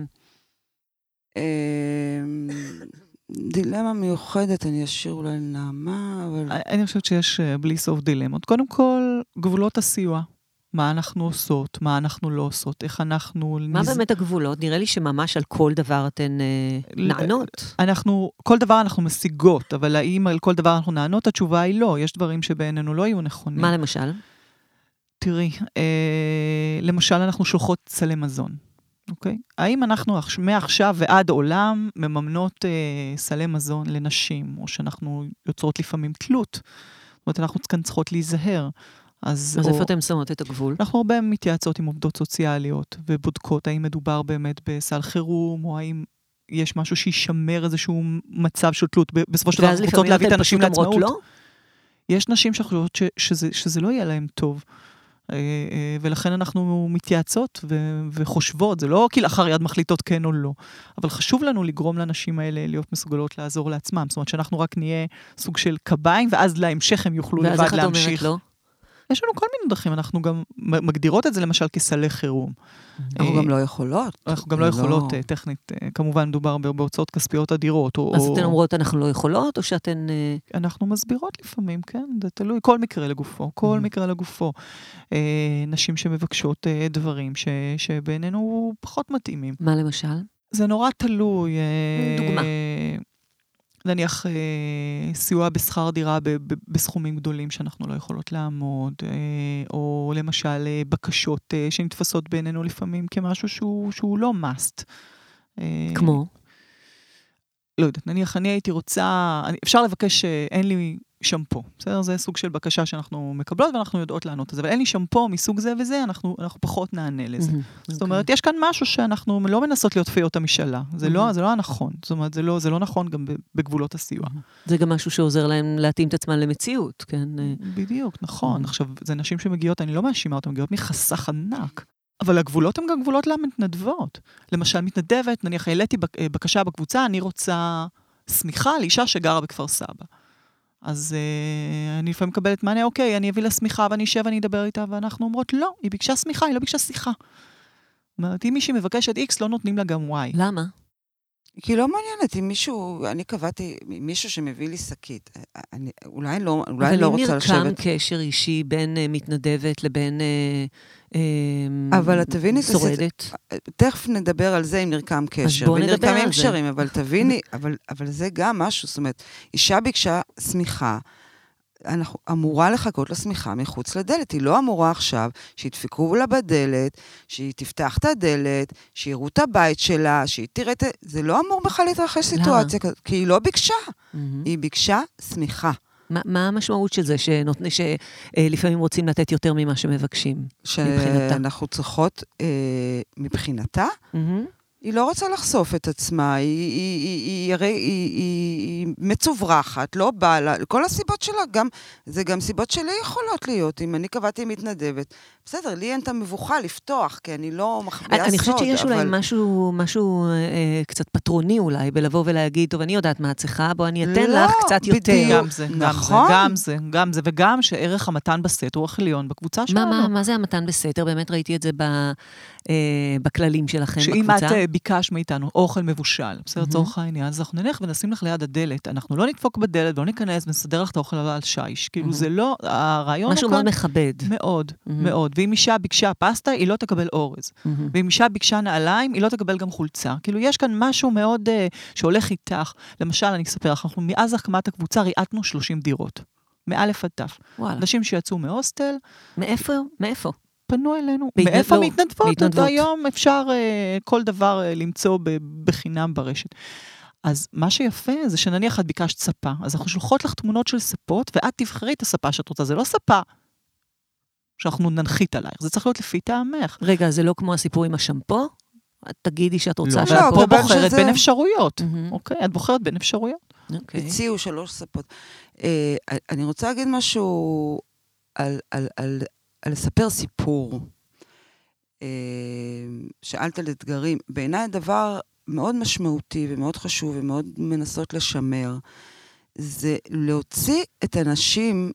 דילמה מיוחדת, אני אשאיר אולי לנעמה, אבל... אני חושבת שיש בלי סוף דילמות. קודם כל, גבולות הסיוע. מה אנחנו עושות, מה אנחנו לא עושות, איך אנחנו... מה באמת הגבולות? נראה לי שממש על כל דבר אתן נענות. כל דבר אנחנו משיגות, אבל האם על כל דבר אנחנו נענות? התשובה היא לא. יש דברים שבעינינו לא יהיו נכונים. מה למשל? תראי, למשל אנחנו שולחות סלי מזון. אוקיי? האם אנחנו מעכשיו ועד עולם מממנות סלי מזון לנשים, או שאנחנו יוצרות לפעמים תלות? זאת אומרת, אנחנו כאן צריכות להיזהר. אז איפה אתם שמות את הגבול? אנחנו הרבה מתייעצות עם עובדות סוציאליות, ובודקות האם מדובר באמת בסל חירום, או האם יש משהו שישמר איזשהו מצב של תלות. בסופו של דבר, אנחנו רוצות להביא את הנשים לעצמאות. לא? יש נשים שחושבות שזה לא יהיה להם טוב. ולכן אנחנו מתייעצות וחושבות, זה לא לאחר יד מחליטות כן או לא, אבל חשוב לנו לגרום לאנשים האלה להיות מסוגלות לעזור לעצמם, זאת אומרת שאנחנו רק נהיה סוג של קביים, ואז להמשך הם יוכלו לבד להמשיך. ואז איך את אומרת לא? יש לנו כל מיני דרכים, אנחנו גם מגדירות את זה למשל כסלי חירום. אנחנו גם לא יכולות. אנחנו גם לא יכולות, טכנית, כמובן מדובר בהוצאות כספיות אדירות. אז אתן אומרות אנחנו לא יכולות, או שאתן... אנחנו מסבירות לפעמים, כן, זה תלוי, כל מקרה לגופו, כל מקרה לגופו. נשים שמבקשות דברים שבינינו פחות מתאימים. מה למשל? זה נורא תלוי. דוגמה. נניח סיוע בשכר דירה בסכומים גדולים שאנחנו לא יכולות לעמוד, או למשל בקשות שנתפסות בינינו לפעמים כמשהו שהוא לא must. כמו? לא יודעת, נניח אני הייתי רוצה, אפשר לבקש אין לי שמפו, בסדר? זה סוג של בקשה שאנחנו מקבלות ואנחנו יודעות לענות על זה, אבל אין לי שמפו מסוג זה וזה, אנחנו פחות נענה לזה. זאת אומרת, יש כאן משהו שאנחנו לא מנסות להיות פיות המשאלה, זה לא הנכון, זאת אומרת, זה לא נכון גם בגבולות הסיוע. זה גם משהו שעוזר להם להתאים את עצמם למציאות, כן? בדיוק, נכון. עכשיו, זה נשים שמגיעות, אני לא מאשימה אותן, מגיעות מחסך ענק, אבל הגבולות הן גם גבולות למתנדבות. למשל, מתנדבת, נניח, העליתי בקשה בקבוצה, אני רוצה סמיכה לאישה שגרה בכפר סבא. אז אני לפעמים מקבלת מענה, אוקיי, אני אביא לה סמיכה ואני אשב ואני אדבר איתה, ואנחנו אומרות, לא, היא ביקשה סמיכה, היא לא ביקשה שיחה. זאת אומרת, אם מישהי מבקשת X, לא נותנים לה גם Y. למה? כי לא מעניינת, אם מישהו, אני קבעתי, מישהו שמביא לי שקית, אולי לא רוצה לשבת. אבל אם נרקם קשר אישי בין מתנדבת לבין אבל תביני, שורדת. תכף נדבר על זה אם נרקם קשר. ונרקמים קשרים, אבל תביני, אבל זה גם משהו, זאת אומרת, אישה ביקשה סמיכה, אנחנו אמורה לחכות לסמיכה מחוץ לדלת, היא לא אמורה עכשיו שידפקו לה בדלת, שהיא תפתח את הדלת, שיראו את הבית שלה, שהיא תראה את... זה לא אמור בכלל להתרחש סיטואציה כזאת, כי היא לא ביקשה, היא ביקשה סמיכה. מה המשמעות של זה, שלפעמים רוצים לתת יותר ממה שמבקשים? שאנחנו צריכות, מבחינתה, היא לא רוצה לחשוף את עצמה, היא מצוברחת, לא באה לה, כל הסיבות שלה, זה גם סיבות שלי יכולות להיות, אם אני קבעתי מתנדבת. בסדר, לי אין את המבוכה לפתוח, כי אני לא מחביאה סוד. אני חושבת שיש אולי משהו קצת פטרוני אולי, בלבוא ולהגיד, טוב, אני יודעת מה את צריכה, בוא אני אתן לך קצת יותר. גם זה, וגם שערך המתן בסתר הוא עליון בקבוצה שלנו. מה זה המתן בסתר? באמת ראיתי את זה בכללים שלכם בקבוצה. שאם את ביקש מאיתנו אוכל מבושל, בסדר, צורך העניין, אז אנחנו נלך ונשים לך ליד הדלת, אנחנו לא נדפוק בדלת, לא ניכנס ונסדר לך את האוכל על שיש, כאילו זה לא, הרעיון משהו מאוד מכבד. מאוד, מאוד. ואם אישה ביקשה פסטה, היא לא תקבל אורז. ואם אישה ביקשה נעליים, היא לא תקבל גם חולצה. כאילו יש כאן משהו מאוד שהולך איתך. למשל, אני אספר לך, אנחנו מאז הקמת הקבוצה ריאטנו 30 דירות. מאלף עד תף. אנשים שיצאו מהוסטל. מאיפה? פנו אלינו. מאיפה מתנדבות? היום אפשר כל דבר למצוא בחינם ברשת. אז מה שיפה זה שנניח את ביקשת ספה, אז אנחנו שולחות לך תמונות של ספות, ואת תבחרי את הספה שאת רוצה. זה לא ספה שאנחנו ננחית עלייך, זה צריך להיות לפי טעמך. רגע, זה לא כמו הסיפור עם השמפו? את תגידי שאת רוצה... לא, פה בוחרת בין אפשרויות. אוקיי, את בוחרת בין אפשרויות. הציעו 3 ספות. אני רוצה להגיד משהו על לספר סיפור. שאלת על אתגרים. בעיניי הדבר מאוד משמעותי ומאוד חשוב ומאוד מנסות לשמר, זה להוציא את האנשים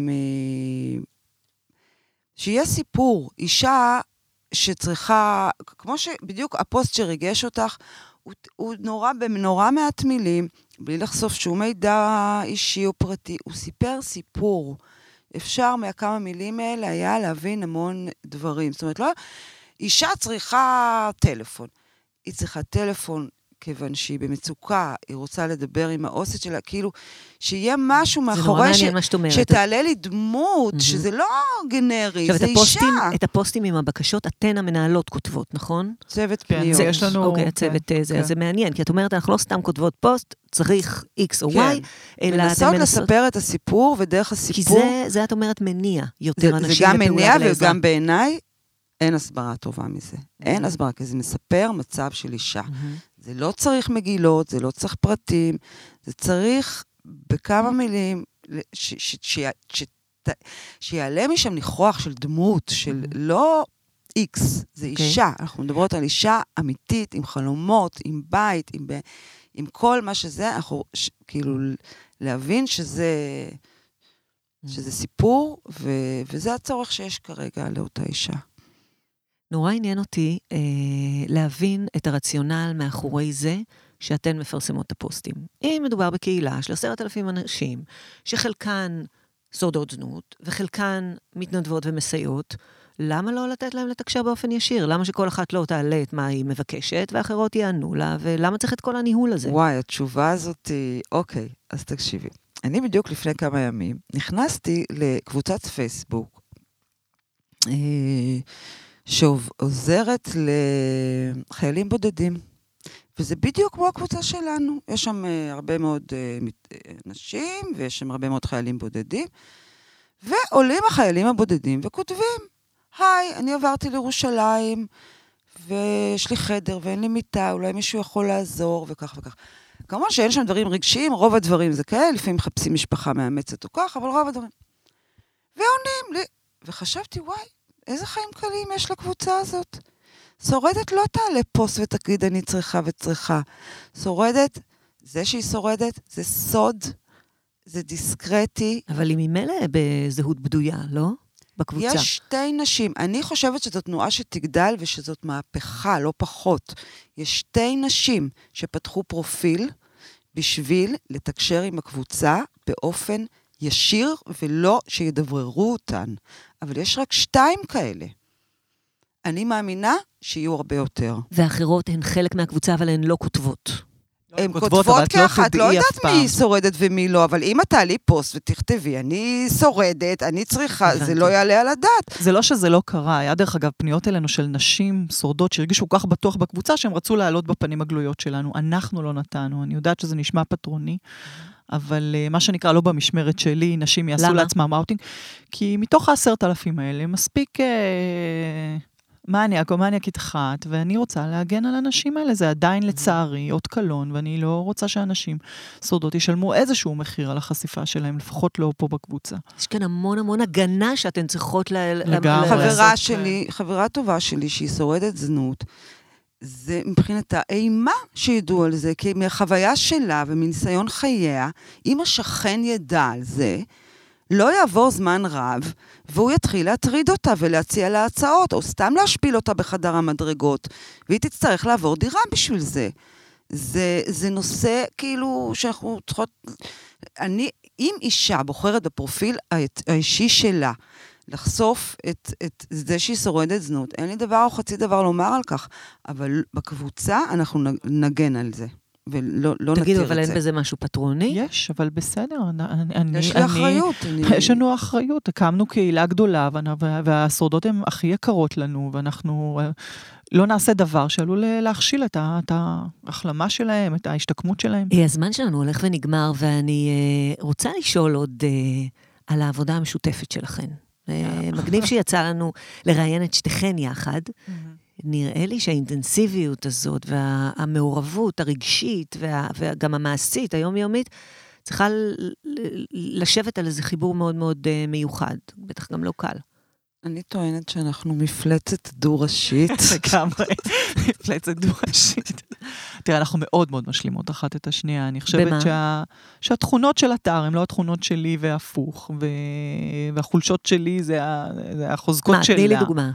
שיהיה סיפור. אישה שצריכה, כמו שבדיוק הפוסט שריגש אותך, הוא נורא מעט מילים, בלי לחשוף שום מידע אישי או פרטי, הוא סיפר סיפור. אפשר מהכמה מילים האלה היה להבין המון דברים. זאת אומרת, לא, אישה צריכה טלפון. היא צריכה טלפון כיוון שהיא במצוקה, היא רוצה לדבר עם האוסת שלה, כאילו, שיהיה משהו מאחורי שתעלה לי דמות, שזה לא גנרי, זה אישה. את הפוסטים עם הבקשות, אתן המנהלות כותבות, נכון? צוות פניות. יש לנו... אוקיי, הצוות, זה מעניין, כי את אומרת, אנחנו לא סתם כותבות פוסט, צריך X או Y, אלא מנסות לספר את הסיפור, ודרך הסיפור... כי זה את אומרת מניע, יותר אנשים זה גם מניע וגם בעיניי, אין הסברה טובה מזה. אין הסברה, כי זה מספר מצב של אישה. זה לא צריך מגילות, זה לא צריך פרטים, זה צריך בכמה מילים שיעלה משם ניחוח של דמות, של לא איקס, זה אישה. אנחנו מדברות על אישה אמיתית, עם חלומות, עם בית, עם כל מה שזה, אנחנו כאילו להבין שזה סיפור, וזה הצורך שיש כרגע לאותה אישה. נורא עניין אותי להבין את הרציונל מאחורי זה שאתן מפרסמות את הפוסטים. אם מדובר בקהילה של 10,000 אנשים, שחלקן שורדות זנות, וחלקן מתנדבות ומסייעות, למה לא לתת להם לתקשר באופן ישיר? למה שכל אחת לא תעלה את מה היא מבקשת, ואחרות יענו לה, ולמה צריך את כל הניהול הזה? וואי, התשובה הזאת היא, אוקיי, אז תקשיבי. אני בדיוק לפני כמה ימים נכנסתי לקבוצת פייסבוק, שעוזרת לחיילים בודדים. וזה בדיוק כמו הקבוצה שלנו. יש שם הרבה מאוד נשים, ויש שם הרבה מאוד חיילים בודדים, ועולים החיילים הבודדים וכותבים, היי, אני עברתי לירושלים, ויש לי חדר ואין לי מיטה, אולי מישהו יכול לעזור, וכך וכך. כמובן שאין שם דברים רגשיים, רוב הדברים זה כאלה, לפעמים מחפשים משפחה מאמצת או כך, אבל רוב הדברים. ועונים לי, וחשבתי, וואי, איזה חיים קלים יש לקבוצה הזאת. שורדת לא תעלה פוסט ותגיד אני צריכה וצריכה. שורדת, זה שהיא שורדת, זה סוד, זה דיסקרטי. אבל היא ממילא בזהות בדויה, לא? בקבוצה. יש שתי נשים. אני חושבת שזו תנועה שתגדל ושזאת מהפכה, לא פחות. יש שתי נשים שפתחו פרופיל בשביל לתקשר עם הקבוצה באופן ישיר ולא שידבררו אותן. אבל יש רק 2 כאלה. אני מאמינה שיהיו הרבה יותר. ואחרות הן חלק מהקבוצה, אבל הן לא כותבות. הן כותבות כאחת, לא יודעת מי שורדת ומי לא, אבל אם אתה לי פוסט ותכתבי, אני שורדת, אני צריכה, זה לא יעלה על הדעת. זה לא שזה לא קרה, היה דרך אגב פניות אלינו של נשים שורדות שהרגישו כל כך בטוח בקבוצה, שהם רצו לעלות בפנים הגלויות שלנו. אנחנו לא נתנו, אני יודעת שזה נשמע פטרוני, אבל מה שנקרא לא במשמרת שלי, נשים יעשו לעצמם אאוטינג, כי מתוך 10,000 האלה מספיק מניאקית אחת, ואני רוצה להגן על הנשים האלה, זה עדיין לצערי עוד קלון, ואני לא רוצה שאנשים שורדות ישלמו איזשהו מחיר על החשיפה שלהם, לפחות לא פה בקבוצה. יש כאן המון הגנה שאתן צריכות חברה טובה שלי, שהיא שורדת זנות, זה מבחינתה אימה שידעו על זה, כי מהחוויה שלה ומניסיון חייה, אם השכן ידע על זה, לא יעבור זמן רב, והוא יתחיל להטריד אותה ולהציע לה הצעות, או סתם להשפיל אותה בחדר המדרגות, והיא תצטרך לעבור דירה בשביל זה. זה נושא כאילו שאנחנו צריכות... אם אישה בוחרת בפרופיל האישי שלה, לחשוף את זה שהיא שורדת זנות, אין לי דבר או חצי דבר לומר על כך, אבל בקבוצה אנחנו נגן על זה. ולא נתיר את זה. תגידו, אבל אין בזה משהו פטרוני? יש, אבל בסדר. יש לי אחריות. יש לנו אחריות. הקמנו קהילה גדולה, והשורדות הן הכי יקרות לנו, ואנחנו לא נעשה דבר שעלול להכשיל את ההחלמה שלהם, את ההשתקמות שלהם. הזמן שלנו הולך ונגמר, ואני רוצה לשאול עוד על העבודה המשותפת שלכן. מגניב שיצא לנו לראיין את שתיכן יחד, נראה לי שהאינטנסיביות הזאת, והמעורבות הרגשית, וגם המעשית, היומיומית, צריכה לשבת על איזה חיבור מאוד מאוד מיוחד, בטח גם לא קל. אני טוענת שאנחנו מפלצת דו-ראשית. לגמרי, מפלצת דו-ראשית. תראה, אנחנו מאוד מאוד משלימות אחת את השנייה. אני חושבת שהתכונות של אתר הן לא התכונות שלי והפוך, והחולשות שלי זה החוזקות שלה. מה, תני לי דוגמה.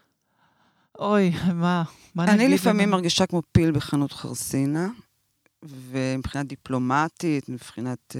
אוי, מה נגיד? אני לפעמים מרגישה כמו פיל בחנות חרסינה, ומבחינת דיפלומטית, מבחינת...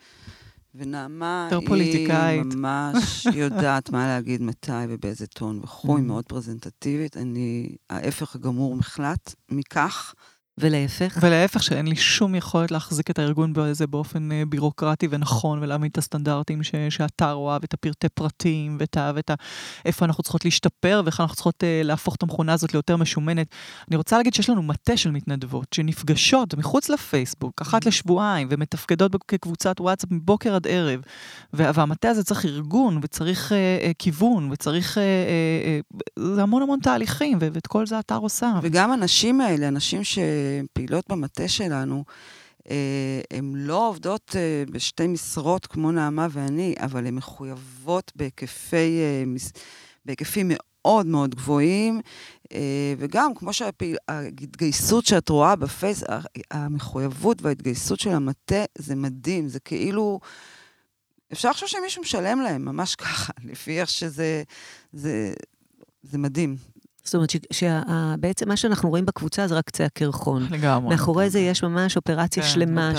ונעמה היא ממש יודעת מה להגיד מתי ובאיזה טון וכו', היא מאוד פרזנטטיבית, אני ההפך הגמור מחלט מכך. ולהפך? ולהפך שאין לי שום יכולת להחזיק את הארגון בזה באופן בירוקרטי ונכון, ולהעמיד את הסטנדרטים שאתה רואה, ואת הפרטי פרטים, איפה אנחנו צריכות להשתפר, ואיך אנחנו צריכות להפוך את המכונה הזאת ליותר משומנת. אני רוצה להגיד שיש לנו מטה של מתנדבות, שנפגשות מחוץ לפייסבוק, אחת לשבועיים, ומתפקדות כקבוצת וואטסאפ מבוקר עד ערב, והמטה הזה צריך ארגון, וצריך כיוון, וצריך, זה המון תהליכים, ואת כל זה אתה עושה. וגם אנשים האלה, אנשים פעילות במטה שלנו, הן לא עובדות בשתי משרות כמו נעמה ואני, אבל הן מחויבות בהיקפים מאוד מאוד גבוהים, וגם כמו שההתגייסות שאת רואה בפייס, המחויבות וההתגייסות של המטה, זה מדהים, זה כאילו, אפשר לחשוב שמישהו משלם להם, ממש ככה, לפי איך שזה, זה מדהים. זאת אומרת שבעצם מה שאנחנו רואים בקבוצה זה רק קצה הקרחון. לגמרי. מאחורי זה יש ממש אופרציה שלמה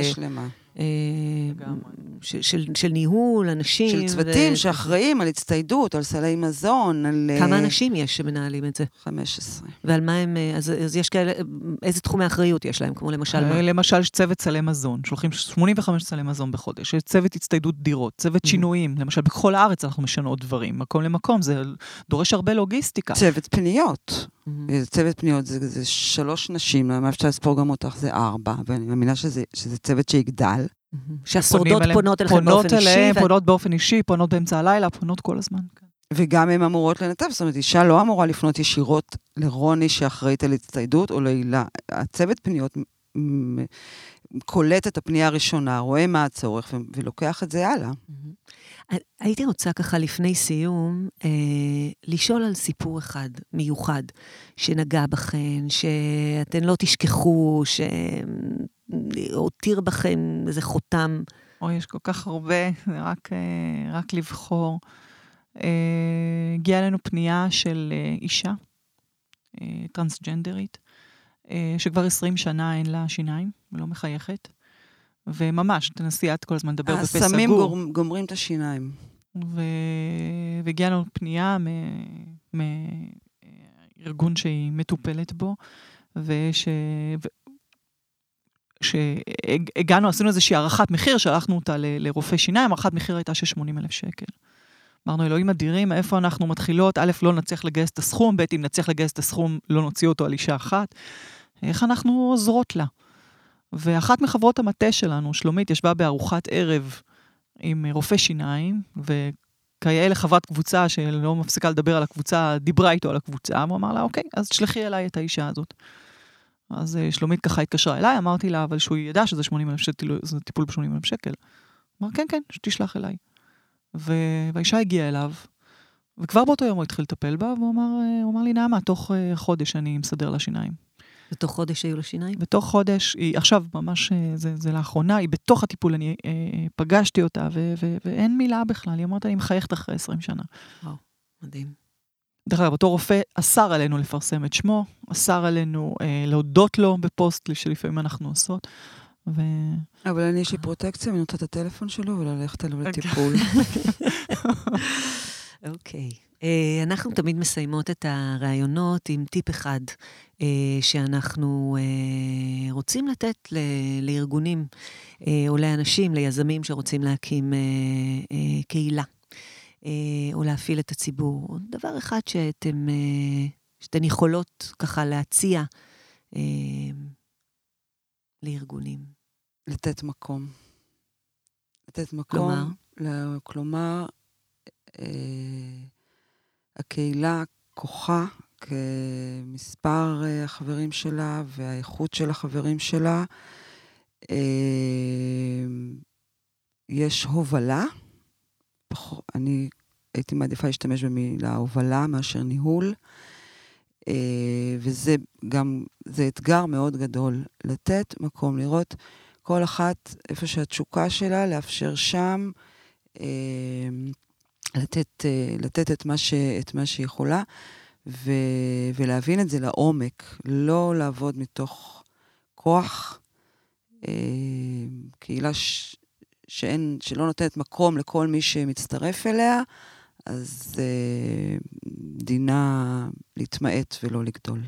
של ניהול, אנשים. של צוותים שאחראים על הצטיידות, על סלי מזון, על... כמה אנשים יש שמנהלים את זה? 15. ועל מה הם, אז יש כאלה, איזה תחומי אחריות יש להם, כמו למשל מה? למשל, יש צוות סלי מזון, שולחים 85 סלי מזון בחודש, יש צוות הצטיידות דירות, צוות שינויים, למשל, בכל הארץ אנחנו משנות דברים, מקום למקום, זה דורש הרבה לוגיסטיקה. צוות פניות. צוות פניות זה 3 נשים, למה אפשר לספור גם אותך, זה 4, ואני מאמינה שזה צוות שיגדל. שהשורדות פונות אליכם באופן אישי. פונות באופן אישי, פונות באמצע הלילה, פונות כל הזמן. וגם הן אמורות לנתב, זאת אומרת, אישה לא אמורה לפנות ישירות לרוני שאחראית על הצטיידות, או להילה. הצוות פניות קולט את הפנייה הראשונה, רואה מה הצורך, ולוקח את זה הלאה. הייתי רוצה ככה לפני סיום, לשאול על סיפור אחד מיוחד, שנגע בכן, שאתן לא תשכחו, שהותיר בכן איזה חותם. או, יש כל כך הרבה, רק לבחור. הגיעה אלינו פנייה של אישה, טרנסג'נדרית, שכבר 20 שנה אין לה שיניים, ולא מחייכת. וממש, תנסי את כל הזמן לדבר בפה סגור. הסמים גומרים את השיניים. והגיעה לנו פנייה מארגון שהיא מטופלת בו, שהגענו, עשינו איזושהי הערכת מחיר, שלחנו אותה לרופא שיניים, הערכת מחיר הייתה של 80,000 שקל. אמרנו, אלוהים אדירים, איפה אנחנו מתחילות? א', לא נצליח לגייס את הסכום, ב', אם נצליח לגייס את הסכום, לא נוציא אותו על אישה אחת. איך אנחנו עוזרות לה? ואחת מחברות המטה שלנו, שלומית, ישבה בארוחת ערב עם רופא שיניים, וכיאה לחברת קבוצה שלא מפסיקה לדבר על הקבוצה, דיברה איתו על הקבוצה, הוא אמר לה, אוקיי, אז תשלחי אליי את האישה הזאת. אז שלומית ככה התקשרה אליי, אמרתי לה, אבל שהוא ידע שזה 80,000 שקל, זה טיפול ב-80,000 שקל. אמר, כן, כן, שתשלח אליי. והאישה הגיעה אליו, וכבר באותו יום הוא התחיל לטפל בה, והוא אמר לי, נעמה, תוך חודש אני מסדר לה שיניים. בתוך חודש היו לה שיניים? בתוך חודש, היא עכשיו ממש, זה לאחרונה, היא בתוך הטיפול, אני פגשתי אותה, ואין מילה בכלל, היא אמרת, אני מחייכת אחרי 20 שנה. וואו, מדהים. דרך אגב, אותו רופא אסר עלינו לפרסם את שמו, אסר עלינו להודות לו בפוסט שלפעמים אנחנו עושות, אבל אני יש לי פרוטקציה, אני נותנת את הטלפון שלו, וללכת עליו לטיפול. אוקיי. אנחנו תמיד מסיימות את הרעיונות עם טיפ אחד, שאנחנו רוצים לתת לארגונים, או לאנשים, ליזמים שרוצים להקים קהילה, או להפעיל את הציבור. דבר אחד שאתן יכולות ככה להציע לארגונים. לתת מקום. לתת מקום. כלומר, הקהילה כוחה כמספר החברים שלה והאיכות של החברים שלה. יש הובלה. אני הייתי מעדיפה להשתמש במילה הובלה מאשר ניהול. וזה גם, זה אתגר מאוד גדול. לתת מקום, לראות כל אחת איפה שהתשוקה שלה, לאפשר שם, לתת את מה שהיא יכולה, ולהבין את זה לעומק, לא לעבוד מתוך כוח, קהילה שלא נותנת מקום לכל מי שמצטרף אליה, אז דינה להתמעט ולא לגדול.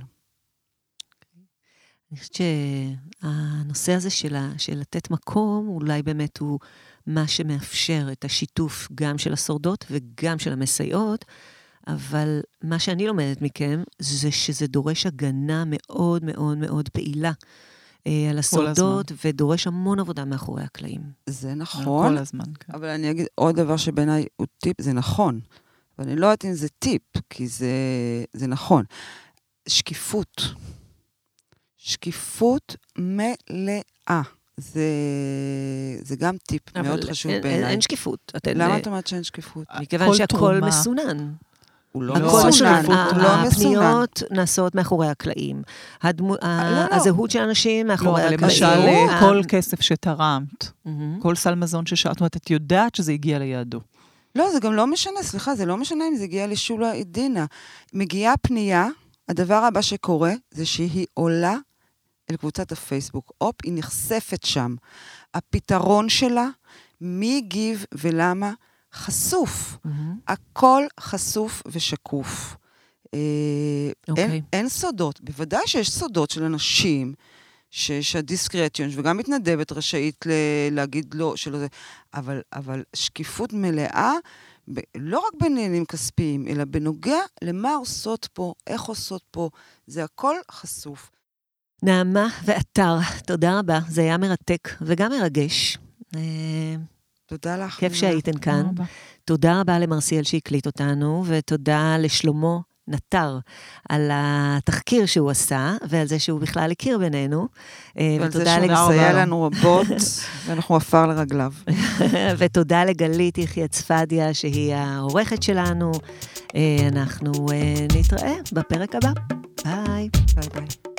אני חושבת שהנושא הזה של לתת מקום, אולי באמת הוא מה שמאפשר את השיתוף גם של השורדות וגם של המסייעות, אבל מה שאני לומדת מכם, זה שזה דורש הגנה מאוד מאוד מאוד פעילה על השורדות, ודורש המון עבודה מאחורי הקלעים. זה נכון, כל הזמן, כן. אבל אני אגיד עוד דבר שבעיניי הוא טיפ, זה נכון, אבל אני לא יודעת אם זה טיפ, כי זה נכון. שקיפות. שקיפות מלאה. זה גם טיפ מאוד חשוב בעיניי. אין שקיפות. למה את אומרת שאין שקיפות? מכיוון שהכל מסונן. הוא לא מסונן. הפניות נעשות מאחורי הקלעים. הזהות של אנשים מאחורי הקלעים. למשל, כל כסף שתרמת, כל סל מזון ששאלת, זאת אומרת, את יודעת שזה הגיע ליעדו. לא, זה גם לא משנה, סליחה, זה לא משנה אם זה הגיע לשולה דינה. מגיעה פנייה, הדבר הבא שקורה, זה שהיא עולה אל קבוצת הפייסבוק. היא נחשפת שם. הפתרון שלה, מי הגיב ולמה, חשוף. הכל חשוף ושקוף. אין סודות. בוודאי שיש סודות של אנשים, שהדיסקרטיון, וגם מתנדבת רשאית להגיד לא, שלא זה, אבל שקיפות מלאה, לא רק בעניינים כספיים, אלא בנוגע למה עושות פה, איך עושות פה, זה הכל חשוף. נעמה ואתר, תודה רבה, זה היה מרתק וגם מרגש. תודה לך. כיף שהייתן כאן. תודה רבה למרסיאל שהקליט אותנו, ותודה לשלמה נטר על התחקיר שהוא עשה, ועל זה שהוא בכלל הכיר בינינו. ועל זה שהוא מסייע לנו רבות, ואנחנו עפר לרגליו. ותודה לגלית יחיא צפדיה, שהיא העורכת שלנו. אנחנו נתראה בפרק הבא. ביי. ביי ביי.